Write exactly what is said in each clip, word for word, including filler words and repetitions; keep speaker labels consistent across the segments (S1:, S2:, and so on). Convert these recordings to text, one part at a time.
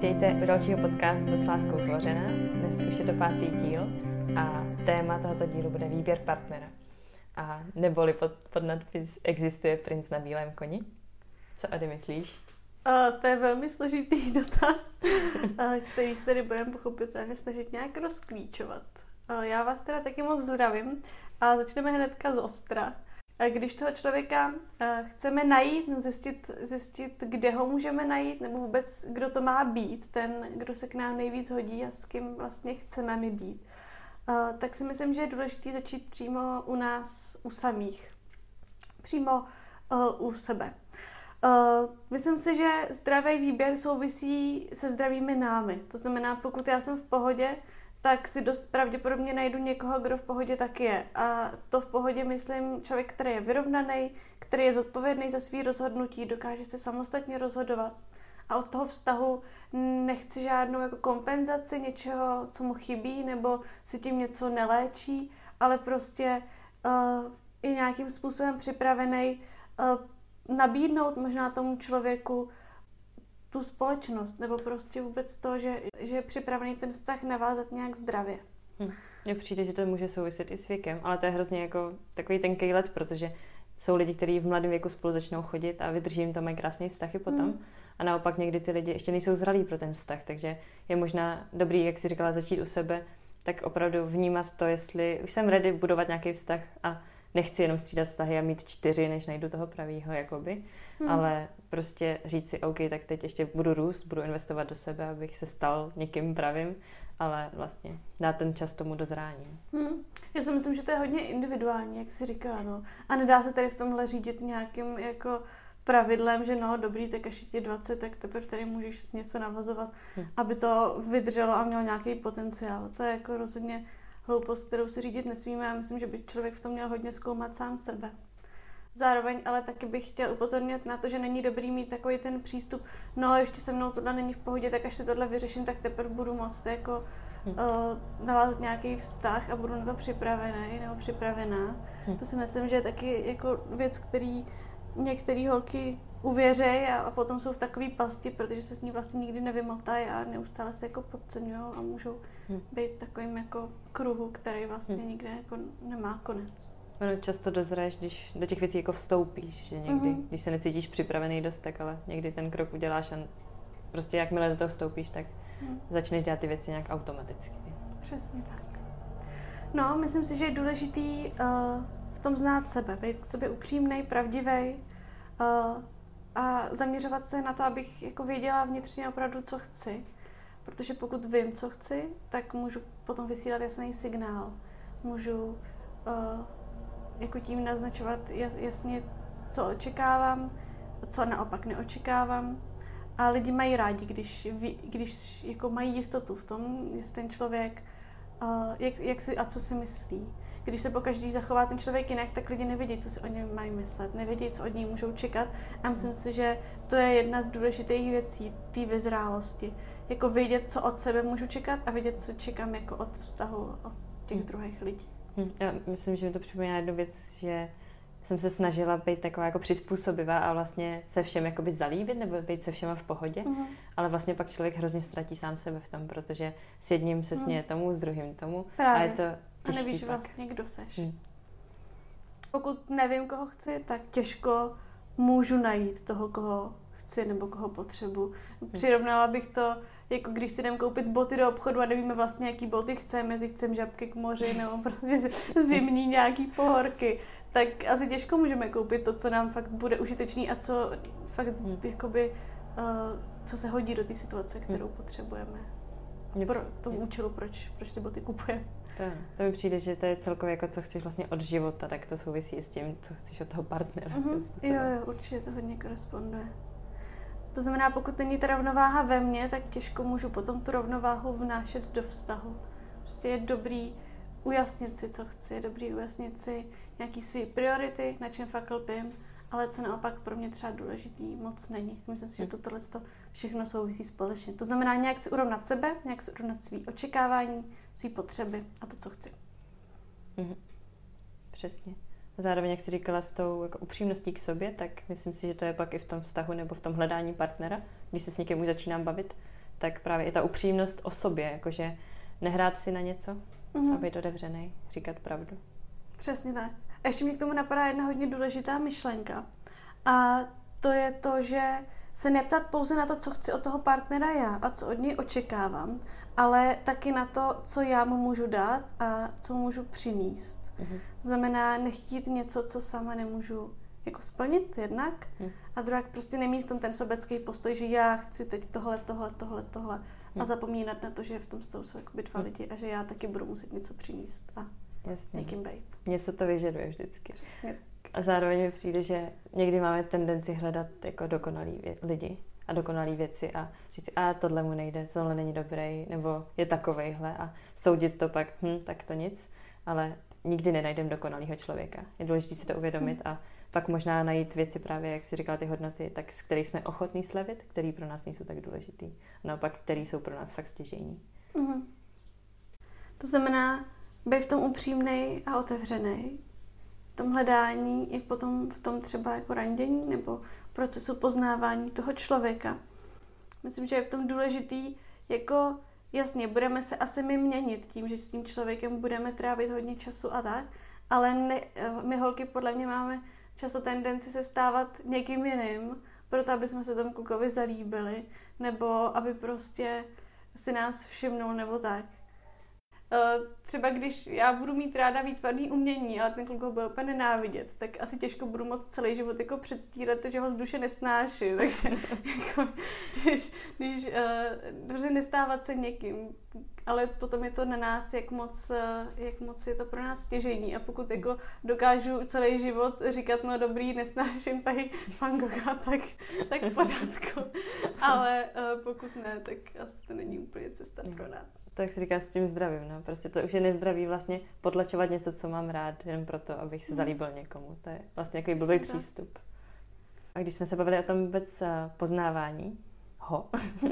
S1: Vítejte u dalšího podcastu S láskou tvořená. Dnes už je to pátý díl a téma tohoto dílu bude výběr partnera. A neboli pod, pod nadpis Existuje princ na bílém koni? Co Ady myslíš?
S2: Uh, to je velmi složitý dotaz, uh, který se tady budeme pochopitelně snažit nějak rozklíčovat. Uh, já vás teda taky moc zdravím a začneme hnedka z ostra. Uh, když toho člověka uh, chceme najít, zjistit, zjistit, kde ho můžeme najít, nebo vůbec, kdo to má být, ten, kdo se k nám nejvíc hodí a s kým vlastně chceme my být, uh, tak si myslím, že je důležité začít přímo u nás, u samých. Přímo uh, u sebe. Uh, myslím si, že zdravý výběr souvisí se zdravými námi. To znamená, pokud já jsem v pohodě, tak si dost pravděpodobně najdu někoho, kdo v pohodě taky je. A to v pohodě myslím člověk, který je vyrovnaný, který je zodpovědný za svý rozhodnutí, dokáže se samostatně rozhodovat. A od toho vztahu nechci žádnou jako kompenzaci něčeho, co mu chybí, nebo si tím něco neléčí, ale prostě uh, i nějakým způsobem připravený uh, nabídnout možná tomu člověku tu společnost, nebo prostě vůbec to, že, že je připravený ten vztah navázat nějak zdravě.
S1: Hm. Mně přijde, že to může souviset i s věkem, ale to je hrozně jako takový tenkej let, protože jsou lidi, kteří v mladém věku spolu začnou chodit a vydrží jim to, mají krásný vztahy potom. Hmm. A naopak někdy ty lidi ještě nejsou zralí pro ten vztah, takže je možná dobrý, jak jsi říkala, začít u sebe, tak opravdu vnímat to, jestli už jsem ready budovat nějaký vztah a nechci jenom střídat vztahy a mít čtyři, než najdu toho pravýho, jakoby. Hmm. Ale prostě říct si, OK, tak teď ještě budu růst, budu investovat do sebe, abych se stal někým pravým, ale vlastně dát ten čas tomu dozrání.
S2: Hmm. Já si myslím, že to je hodně individuální, jak jsi říkala, no. A nedá se tady v tomhle řídit nějakým jako pravidlem, že no, dobrý, tak až je ti dvacet, tak teprve tady můžeš něco navazovat, hmm. aby to vydrželo a mělo nějaký potenciál. To je jako rozhodně hloupost, kterou si řídit nesmíme a myslím, že by člověk v tom měl hodně zkoumat sám sebe. Zároveň ale taky bych chtěl upozornit na to, že není dobrý mít takový ten přístup, no ještě se mnou tohle není v pohodě, tak až se tohle vyřeším, tak teprve budu moct jako hmm. uh, navázat nějaký vztah a budu na to připravený nebo připravená. Hmm. To si myslím, že je taky jako věc, který některé holky uvěřejí a, a potom jsou v takové pasti, protože se s ní vlastně nikdy nevymotají a neustále se jako podceňují a můžou hmm. být takovým jako kruhu, který vlastně hmm. nikde jako nemá konec.
S1: Ono často dozraješ, když do těch věcí jako vstoupíš, že někdy, mm-hmm. když se necítíš připravený dost, tak ale někdy ten krok uděláš a prostě jakmile do toho vstoupíš, tak mm. začneš dělat ty věci nějak automaticky.
S2: Přesně tak. No, myslím si, že je důležitý uh, v tom znát sebe, být k sobě upřímnej, pravdivej uh, a zaměřovat se na to, abych jako věděla vnitřně opravdu, co chci. Protože pokud vím, co chci, tak můžu potom vysílat jasný signál. Můžu uh, jako tím naznačovat jasně, co očekávám, co naopak neočekávám. A lidi mají rádi, když, když jako mají jistotu v tom, jestli ten člověk, uh, jak, jak si a co si myslí. Když se pokaždý zachová ten člověk jinak, tak lidi nevědí, co si o něm mají myslet, nevědí, co od něj můžou čekat. A myslím si, že to je jedna z důležitých věcí té vyzrálosti. Jako vědět, co od sebe můžu čekat a vědět, co čekám jako od vztahu od těch hmm. druhých lidí.
S1: Hmm. Já myslím, že mi to připomíná jednu věc, že jsem se snažila být taková jako přizpůsobivá a vlastně se všem jakoby zalíbit nebo být se všema v pohodě, mm. ale vlastně pak člověk hrozně ztratí sám sebe v tom, protože s jedním se směje mm. tomu, s druhým tomu.
S2: Právě.
S1: A je to těžký.
S2: A nevíš
S1: pak.
S2: vlastně, kdo seš. Mm. Pokud nevím, koho chci, tak těžko můžu najít toho, koho chci nebo koho potřebuji. Přirovnala bych to, jako když si jdem koupit boty do obchodu a nevíme vlastně, jaký boty chceme, jestli chceme žabky k moři nebo prostě zimní nějaký pohorky, tak asi těžko můžeme koupit to, co nám fakt bude užitečný a co fakt hmm. jakoby, uh, co se hodí do té situace, kterou hmm. potřebujeme. Pro tomu účelu, proč, proč ty boty kupujeme.
S1: To, to mi přijde, že to je celkově jako co chceš vlastně od života, tak to souvisí s tím, co chceš od toho partnera.
S2: Mm-hmm. Jo, jo, určitě to hodně koresponduje. To znamená, pokud není ta rovnováha ve mně, tak těžko můžu potom tu rovnováhu vnášet do vztahu. Prostě je dobrý ujasnit si, co chci, je dobrý ujasnit si nějaký své priority, na čem fakt lpím, ale co naopak pro mě třeba důležitý moc není. Myslím si, že to tohle všechno souvisí společně. To znamená nějak si urovnat sebe, nějak si urovnat svý očekávání, svý potřeby a to, co chci.
S1: Mhm. Přesně. Zároveň, jak jsi říkala, s tou jako upřímností k sobě, tak myslím si, že to je pak i v tom vztahu nebo v tom hledání partnera. Když se s někým už začínám bavit, tak právě i ta upřímnost o sobě, jakože nehrát si na něco
S2: mm-hmm.
S1: a být otevřenej, říkat pravdu.
S2: Přesně tak. A ještě mě k tomu napadá jedna hodně důležitá myšlenka. A to je to, že se neptat pouze na to, co chci od toho partnera já a co od něj očekávám, ale taky na to, co já mu můžu dát a co můžu přinést. Mm-hmm. Znamená nechtít něco, co sama nemůžu jako splnit jednak mm. a druhak prostě nemít v tom ten sobecký postoj, že já chci teď tohle, tohle, tohle, tohle mm. a zapomínat na to, že v tom stavu jsou jakoby dva mm. lidi a že já taky budu muset něco přinést a
S1: Jasně.
S2: někým bejt.
S1: Něco to vyžaduje vždycky.
S2: Přesně.
S1: A zároveň mi přijde, že někdy máme tendenci hledat jako dokonalý lidi a dokonalý věci a říct si, a tohle mu nejde, tohle není dobrý, nebo je takovejhle a soudit to pak, hm, tak to nic, ale nikdy nenajdeme dokonalýho člověka. Je důležité si to uvědomit a pak možná najít věci právě, jak jsi říkala, ty hodnoty, tak z kterých jsme ochotní slevit, který pro nás nejsou tak důležitý. Naopak, který jsou pro nás fakt stěžejní.
S2: Mm-hmm. To znamená, být v tom upřímnej a otevřenej, v tom hledání i potom v tom třeba jako randění nebo procesu poznávání toho člověka. Myslím, že je v tom důležitý, jako jasně, budeme se asi my měnit tím, že s tím člověkem budeme trávit hodně času a tak, ale ne, my holky podle mě máme často tendenci se stávat někým jiným, proto aby jsme se tomu klukovi zalíbili, nebo aby prostě si nás všimnul, nebo tak. Třeba když já budu mít ráda výtvarný umění, ale ten kluk ho bude úplně nenávidět, tak asi těžko budu moct celý život jako předstírat, že ho z duše nesnáším. Takže jako, když, když uh, nestávat se někým, ale potom je to na nás, jak moc, jak moc je to pro nás stěžejní. A pokud jako dokážu celý život říkat, no dobrý, nesnáším tady Van Gogha, tak, tak v pořádku. Ale uh, pokud ne, tak asi to není úplně cesta pro nás.
S1: To, jak se říká, s tím zdravím, no. Prostě to už je nezdravý vlastně potlačovat něco, co mám rád, jen proto, abych se zalíbil někomu. To je vlastně takový blbý přístup. A když jsme se bavili o tom vůbec poznávání, ho,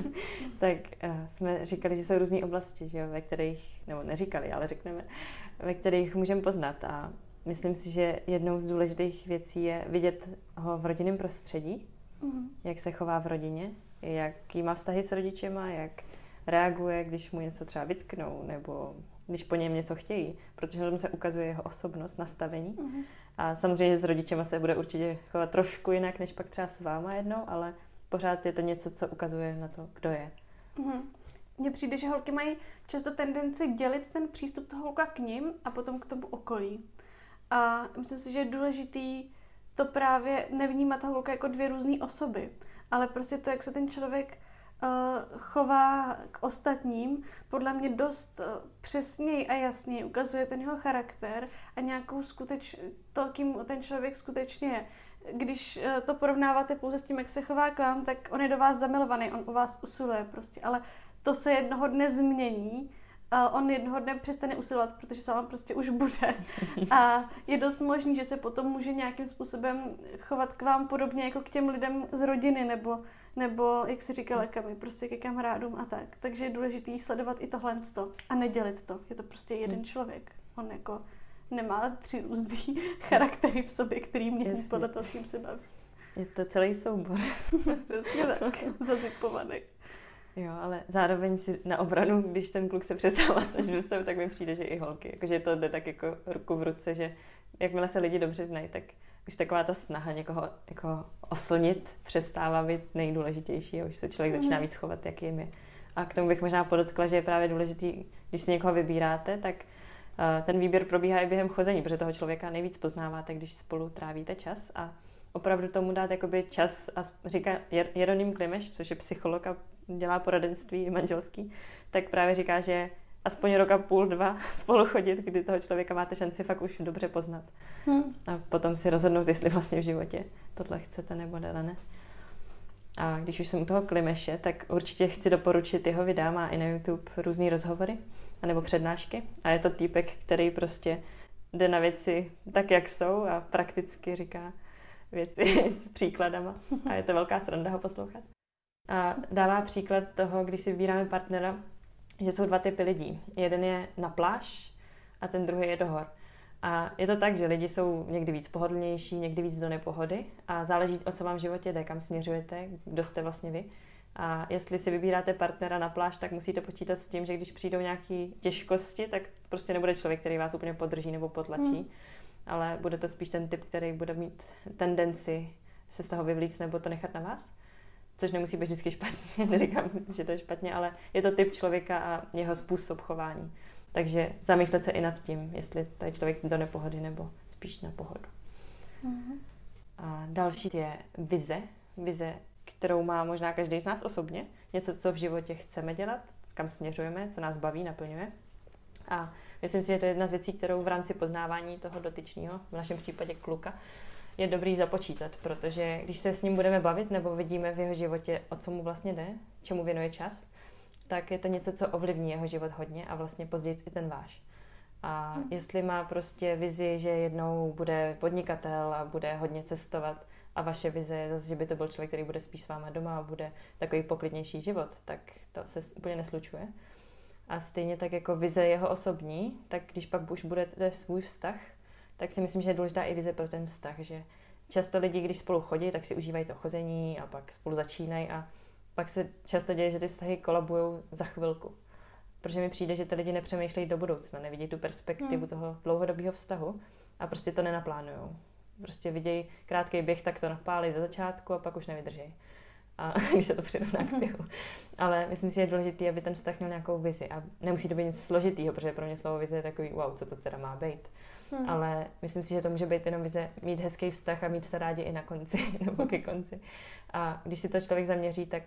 S1: tak uh, jsme říkali, že jsou různé oblasti, že jo, ve kterých, nebo neříkali, ale řekneme, ve kterých můžeme poznat. A myslím si, že jednou z důležitých věcí je vidět ho v rodinném prostředí, mm. jak se chová v rodině, jaký má vztahy s rodičema, jak reaguje, když mu něco třeba vytknou, nebo když po něm něco chtějí, protože tam se ukazuje jeho osobnost, nastavení. Mm. A samozřejmě s rodičema se bude určitě chovat trošku jinak, než pak třeba s váma jednou, ale pořád je to něco, co ukazuje na to, kdo je.
S2: Mm. Mně přijde, že holky mají často tendenci dělit ten přístup toho holka k nim a potom k tomu okolí. A myslím si, že je důležitý to právě nevnímat toho holka jako dvě různé osoby, ale prostě to, jak se ten člověk uh, chová k ostatním, podle mě dost uh, přesněji a jasněji ukazuje ten jeho charakter a nějakou skuteč, to, kým ten člověk skutečně je. Když to porovnáváte pouze s tím, jak se chová k vám, tak on je do vás zamilovaný, on o vás usiluje prostě, ale to se jednoho dne změní, on jednoho dne přestane usilovat, protože se vám prostě už bude. A je dost možný, že se potom může nějakým způsobem chovat k vám podobně jako k těm lidem z rodiny, nebo, nebo jak si říkala Kami, prostě ke kamarádům a tak. Takže je důležité sledovat i tohle a nedělit to. Je to prostě jeden člověk. On jako nemá tři různý charaktery v sobě, který mění podle toho, s ním se baví.
S1: Je to celý soubor.
S2: Přesně tak, zazipovaný.
S1: Jo, ale zároveň si na obranu, když ten kluk se přestává snažit dostat, tak mi přijde, že i holky. Jakože to jde tak jako ruku v ruce, že jakmile se lidi dobře znají, tak už taková ta snaha někoho jako oslnit přestává být nejdůležitější a už se člověk začíná víc chovat, jak jim je. A k tomu bych možná podotkla, že je právě důležitý, když si někoho vybíráte, tak ten výběr probíhá i během chození, protože toho člověka nejvíc poznáváte, když spolu trávíte čas a opravdu tomu dát jakoby čas a říká Jeroným Klimeš, což je psycholog a dělá poradenství manželský, tak právě říká, že aspoň rok a půl, dva spolu chodit, kdy toho člověka máte šanci fakt už dobře poznat. Hmm. A potom si rozhodnout, jestli vlastně v životě tohle chcete nebo ne. A když už jsem u toho Klimeše, tak určitě chci doporučit jeho videa, má i na YouTube různý rozhovory anebo přednášky. A je to týpek, který prostě jde na věci tak, jak jsou a prakticky říká věci s příkladama. A je to velká sranda ho poslouchat. A dává příklad toho, když si vybíráme partnera, že jsou dva typy lidí. Jeden je na pláž a ten druhý je do hor. A je to tak, že lidi jsou někdy víc pohodlnější, někdy víc do nepohody a záleží, o co vám v životě jde, kam směřujete, kdo jste vlastně vy. A jestli si vybíráte partnera na pláž, tak musíte počítat s tím, že když přijdou nějaké těžkosti, tak prostě nebude člověk, který vás úplně podrží nebo potlačí, hmm. ale bude to spíš ten typ, který bude mít tendenci se z toho vyvlíct nebo to nechat na vás. Což nemusí být vždycky špatně, neříkám, že to je špatně, ale je to typ člověka a jeho způsob chování. Takže zamýšlet se i nad tím, jestli to je člověk do nepohody nebo spíš na pohodu. Hmm. A další je vize. Vize, kterou má možná každý z nás osobně. Něco, co v životě chceme dělat, kam směřujeme, co nás baví, naplňuje. A myslím si, že to je jedna z věcí, kterou v rámci poznávání toho dotyčného, v našem případě kluka, je dobrý započítat, protože když se s ním budeme bavit nebo vidíme v jeho životě, o co mu vlastně jde, čemu věnuje čas, tak je to něco, co ovlivní jeho život hodně a vlastně později i ten váš. A hmm. jestli má prostě vizi, že jednou bude podnikatel a bude hodně cestovat a vaše vize je zase, že by to byl člověk, který bude spíš s váma doma a bude takový poklidnější život, tak to se úplně neslučuje. A stejně tak jako vize jeho osobní, tak když pak už budete svůj vztah, tak si myslím, že je důležitá i vize pro ten vztah, že často lidi, když spolu chodí, tak si užívají to chození a pak spolu začínají a pak se často děje, že ty vztahy kolabujou za chvilku. Protože mi přijde, že ty lidi nepřemýšlejí do budoucna, nevidí tu perspektivu hmm. toho dlouhodobého vztahu a prostě to nenaplánujou. Prostě vidějí krátký běh, tak to napálí za začátku a pak už nevydrží. A když se to přirovná k běhu. Ale myslím si, že je důležité, aby ten vztah měl nějakou vizi. A nemusí to být něco složitýho, protože pro mě slovo vize je takový, wow, co to teda má být. Hmm. Ale myslím si, že to může být jenom vize mít hezký vztah a mít se rádi i na konci, nebo ke konci. A když si to člověk zaměří, tak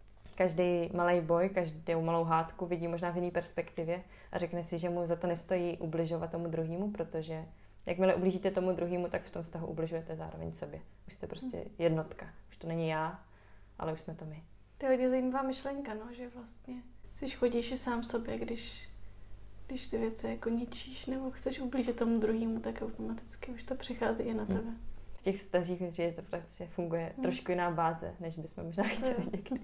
S1: každý malý boj, každou malou hádku vidí možná v jiné perspektivě a řekne si, že mu za to nestojí ubližovat tomu druhému, protože jakmile ublížíte tomu druhému, tak v tom vztahu ubližujete zároveň sobě. Už jste prostě jednotka. Už to není já, ale už jsme to my.
S2: To je hodně zajímavá myšlenka, no, že vlastně když chodíš i sám sobě, když, když ty věci jako ničíš nebo chceš ublížit tomu druhému, tak automaticky už to přichází i na tebe. Hmm.
S1: V těch vztazích, že to prostě funguje hmm. trošku jiná báze, než bychom možná chtěli někdy.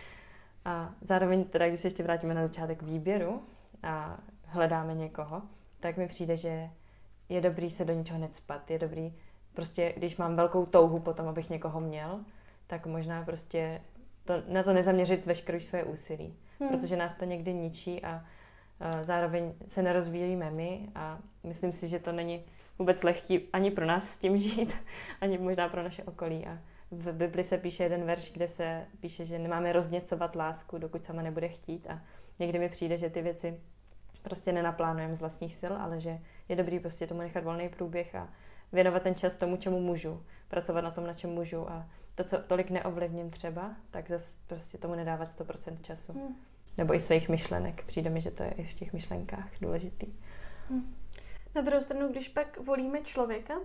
S1: A zároveň teda, když se ještě vrátíme na začátek výběru a hledáme někoho, tak mi přijde, že je dobrý se do ničeho necpat, je dobrý prostě, když mám velkou touhu potom, abych někoho měl, tak možná prostě to, na to nezaměřit veškeré své úsilí, hmm. protože nás to někdy ničí a, a zároveň se nerozvíjíme my a myslím si, že to není vůbec lehký ani pro nás s tím žít, ani možná pro naše okolí. A v Bibli se píše jeden verš, kde se píše, že nemáme rozněcovat lásku, dokud sama nebude chtít a někdy mi přijde, že ty věci prostě nenaplánujeme z vlastních sil, ale že je dobrý prostě tomu nechat volný průběh a věnovat ten čas tomu, čemu můžu, pracovat na tom, na čem můžu a to, co tolik neovlivním třeba, tak zase prostě tomu nedávat sto procent času. Hmm. Nebo i svých myšlenek. Přijde mi, že to je i v těch myšlenkách důležitý.
S2: Hmm. Na druhou stranu, když pak volíme člověka uh,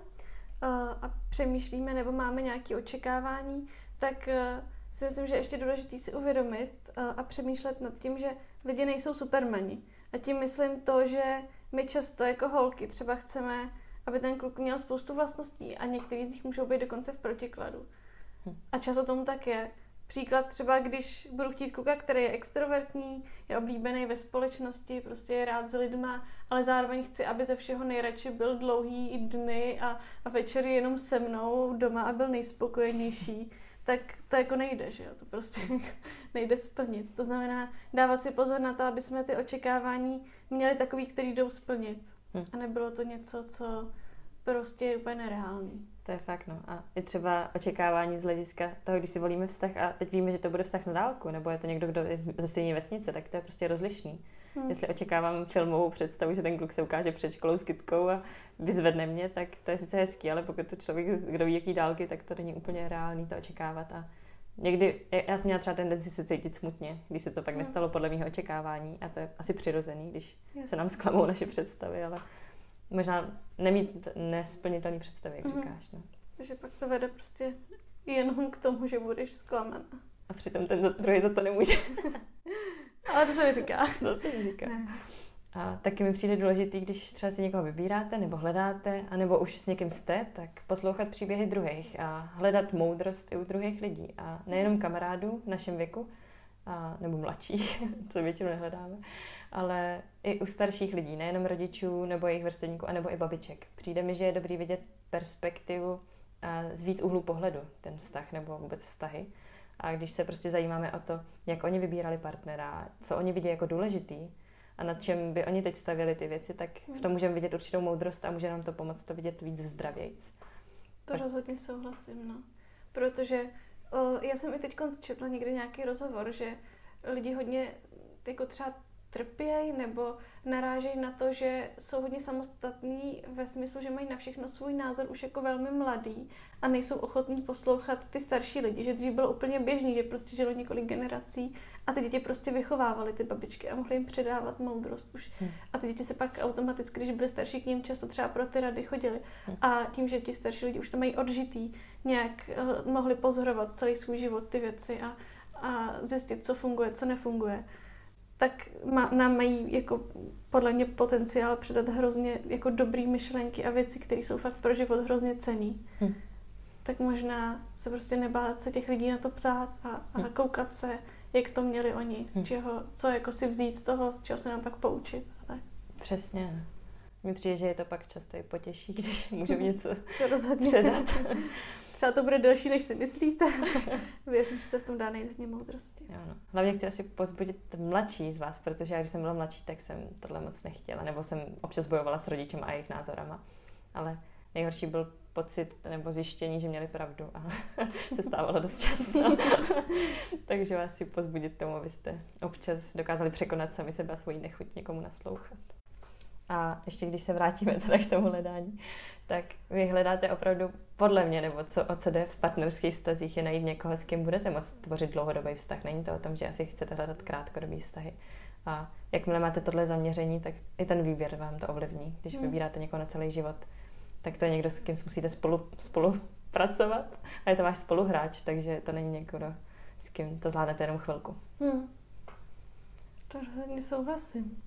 S2: a přemýšlíme nebo máme nějaké očekávání, tak uh, si myslím, že je ještě důležitý si uvědomit uh, a přemýšlet nad tím, že lidi nejsou supermani. A tím myslím to, že my často jako holky třeba chceme, aby ten kluk měl spoustu vlastností a některý z nich můžou být dokonce v protikladu. Hm. A často tomu tak je. Příklad třeba, když budu chtít kluka, který je extrovertní, je oblíbený ve společnosti, prostě je rád s lidma, ale zároveň chci, aby ze všeho nejradši byl dlouhý dny a, a večery jenom se mnou doma a byl nejspokojenější, tak to jako nejde, že jo? To prostě nejde splnit. To znamená dávat si pozor na to, aby jsme ty očekávání měli takový, který jdou splnit. Hm. A nebylo to něco, co prostě je úplně nereálný.
S1: To je fakt, no. A i třeba očekávání z hlediska toho, když si volíme vztah a teď víme, že to bude vztah na dálku, nebo je to někdo, kdo je ze stejné vesnice, tak to je prostě rozlišný. Hmm. Jestli očekávám filmovou představu, že ten kluk se ukáže před školou s kytkou a vyzvedne mě, tak to je sice hezký, ale pokud to člověk, kdo ví, jaký dálky, tak to není úplně reálný to očekávat. A někdy, já jsem měla třeba tendenci se cítit smutně, když se to pak hmm. nestalo podle mého očekávání a to je asi přirozený, když Jasně. se nám zklamou naše představy, ale možná nemít nesplnitelný představy, jak mm-hmm. říkáš. No.
S2: Takže pak to vede prostě jenom k tomu, že budeš zklamaná.
S1: A přitom ten druhý za to nemůže.
S2: Ale to se mi říká.
S1: To se mi říká. Ne. A taky mi přijde důležitý, když třeba si někoho vybíráte, nebo hledáte, anebo už s někým jste, tak poslouchat příběhy druhých a hledat moudrost i u druhých lidí. A nejenom kamarádů v našem věku, a, nebo mladších, co většinou nehledáme, ale i u starších lidí, nejenom rodičů, nebo jejich vrstevníků, anebo i babiček. Přijde mi, že je dobrý vidět perspektivu a z víc úhlů pohledu, ten vztah nebo vůbec vztahy. A když se prostě zajímáme o to, jak oni vybírali partnera, co oni vidí jako důležitý a nad čem by oni teď stavěli ty věci, tak v tom můžeme vidět určitou moudrost a může nám to pomoct to vidět víc zdravějc.
S2: To tak. Rozhodně souhlasím, no. Protože o, já jsem i teď četla někde nějaký rozhovor, že lidi hodně jako třeba trpějí nebo narážejí na to, že jsou hodně samostatní ve smyslu, že mají na všechno svůj názor už jako velmi mladý a nejsou ochotní poslouchat ty starší lidi, že dřív bylo úplně běžný, že prostě žilo několik generací a ty děti prostě vychovávaly ty babičky a mohly jim předávat moudrost už. Hmm. A ty děti se pak automaticky, když byly starší, k ním často třeba pro ty rady chodili. Hmm. A tím, že ti starší lidi už to mají odžitý, nějak uh, mohli pozorovat celý svůj život ty věci a, a zjistit, co funguje, co nefunguje, tak má, nám mají jako podle mě potenciál předat hrozně jako dobrý myšlenky a věci, které jsou fakt pro život hrozně cenný. Hmm. Tak možná se prostě nebát se těch lidí na to ptát a, a hmm. koukat se, jak to měli oni, z čeho, co jako si vzít z toho, z čeho se nám pak poučit. A tak.
S1: Přesně. Mně přijde, že je to pak často i potěší, když můžeme něco
S2: to rozhodně
S1: předat.
S2: Třeba to bude delší, než si myslíte. Věřím, že se v tom dá najít hodně moudrosti.
S1: Jo, no. Hlavně chci asi pozbudit mladší z vás, protože já, když jsem byla mladší, tak jsem tohle moc nechtěla. Nebo jsem občas bojovala s rodičem a jejich názorama. Ale nejhorší byl pocit nebo zjištění, že měli pravdu. A se stávalo dost často. Takže vás chci pozbudit tomu, abyste občas dokázali překonat sami sebe a svoji nechuť někomu naslouchat. A ještě když se vrátíme teda k tomu hledání, tak vy hledáte opravdu podle mě, nebo co, o co jde v partnerských vztazích, je najít někoho, s kým budete moct tvořit dlouhodobý vztah. Není to o tom, že asi chcete hledat krátkodobý vztahy. A jakmile máte tohle zaměření, tak i ten výběr vám to ovlivní. Když hmm. vybíráte někoho na celý život, tak to je někdo, s kým musíte spolu, spolupracovat. A je to váš spoluhráč, takže to není někdo, s kým to zvládnete jenom chvilku.
S2: Hmm. To rozhodně souhlasím.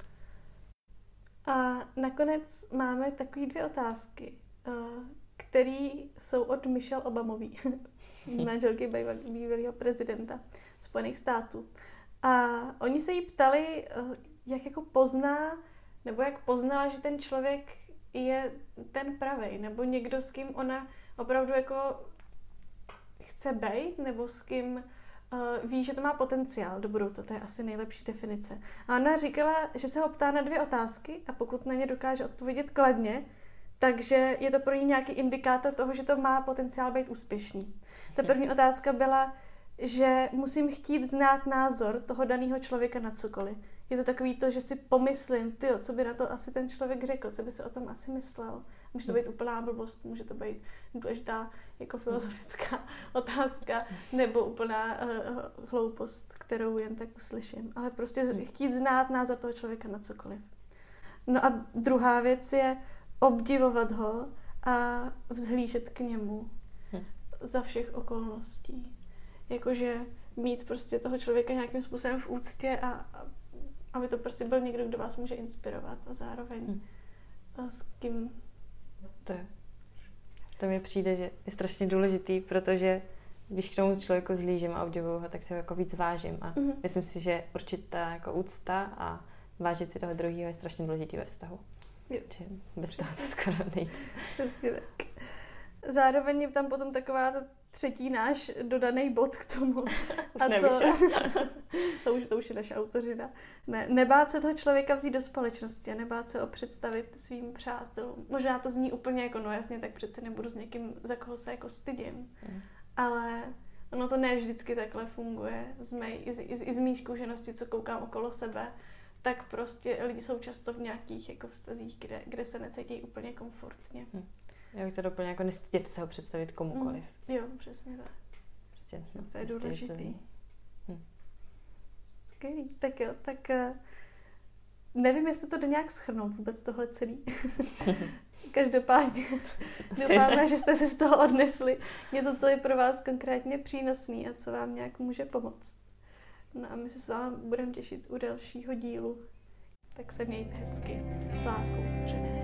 S2: A nakonec máme takové dvě otázky, které jsou od Michelle Obamový, manželky bývalého prezidenta Spojených států. A oni se jí ptali, jak jako pozná, nebo jak poznala, že ten člověk je ten pravej, nebo někdo, s kým ona opravdu jako chce bejt, nebo s kým Uh, ví, že to má potenciál do budoucna, to je asi nejlepší definice. A ona říkala, že se ho ptá na dvě otázky a pokud na ně dokáže odpovědět kladně, takže je to pro ní nějaký indikátor toho, že to má potenciál být úspěšný. Ta první otázka byla, že musím chtít znát názor toho daného člověka na cokoliv. Je to takový to, že si pomyslím, tyjo, co by na to asi ten člověk řekl, co by se o tom asi myslel. Může to být úplná blbost, může to být důležitá jako filozofická otázka, nebo úplná uh, hloupost, kterou jen tak uslyším. Ale prostě chtít znát názor toho člověka na cokoliv. No a druhá věc je obdivovat ho a vzhlížet k němu za všech okolností. Jakože mít prostě toho člověka nějakým způsobem v úctě a, a aby to prostě byl někdo, kdo vás může inspirovat a zároveň hmm. a s kým...
S1: To, to mi přijde, že je strašně důležitý, protože když k tomu člověku zlížím a obdivuju ho, tak se ho jako víc vážím a hmm. myslím si, že určitá jako úcta a vážit si toho druhého je strašně důležitý ve vztahu. Jo. Že bez toho to skoro nejde.
S2: Přesně tak. Zároveň je tam potom taková ta třetí náš dodaný bod k tomu.
S1: Už
S2: a
S1: nevíš,
S2: to, to, už, to už je naše autořina. Ne, nebát se toho člověka vzít do společnosti a nebát se ho představit svým přátelům. Možná to zní úplně jako, no jasně, tak přece nebudu s někým, za koho se jako stydím. Hmm. Ale ono to ne vždycky takhle funguje. Z mé, i, z, i z mých zkušeností, co koukám okolo sebe, tak prostě lidi jsou často v nějakých jako vztazích, kde, kde se necítí úplně komfortně. Hmm.
S1: Já bych to doplnila, jako nestydět se ho představit komukoliv.
S2: Mm, jo, přesně tak.
S1: Prostě, no,
S2: to je důležitý.
S1: Hm.
S2: Skvělý. Tak jo, tak uh, nevím, jestli to jde nějak shrnout vůbec tohle celý. Každopádně doufáme, že jste si z toho odnesli něco, co je pro vás konkrétně přínosný a co vám nějak může pomoct. No a my se s vámi budeme těšit u dalšího dílu. Tak se mějte hezky. S láskou.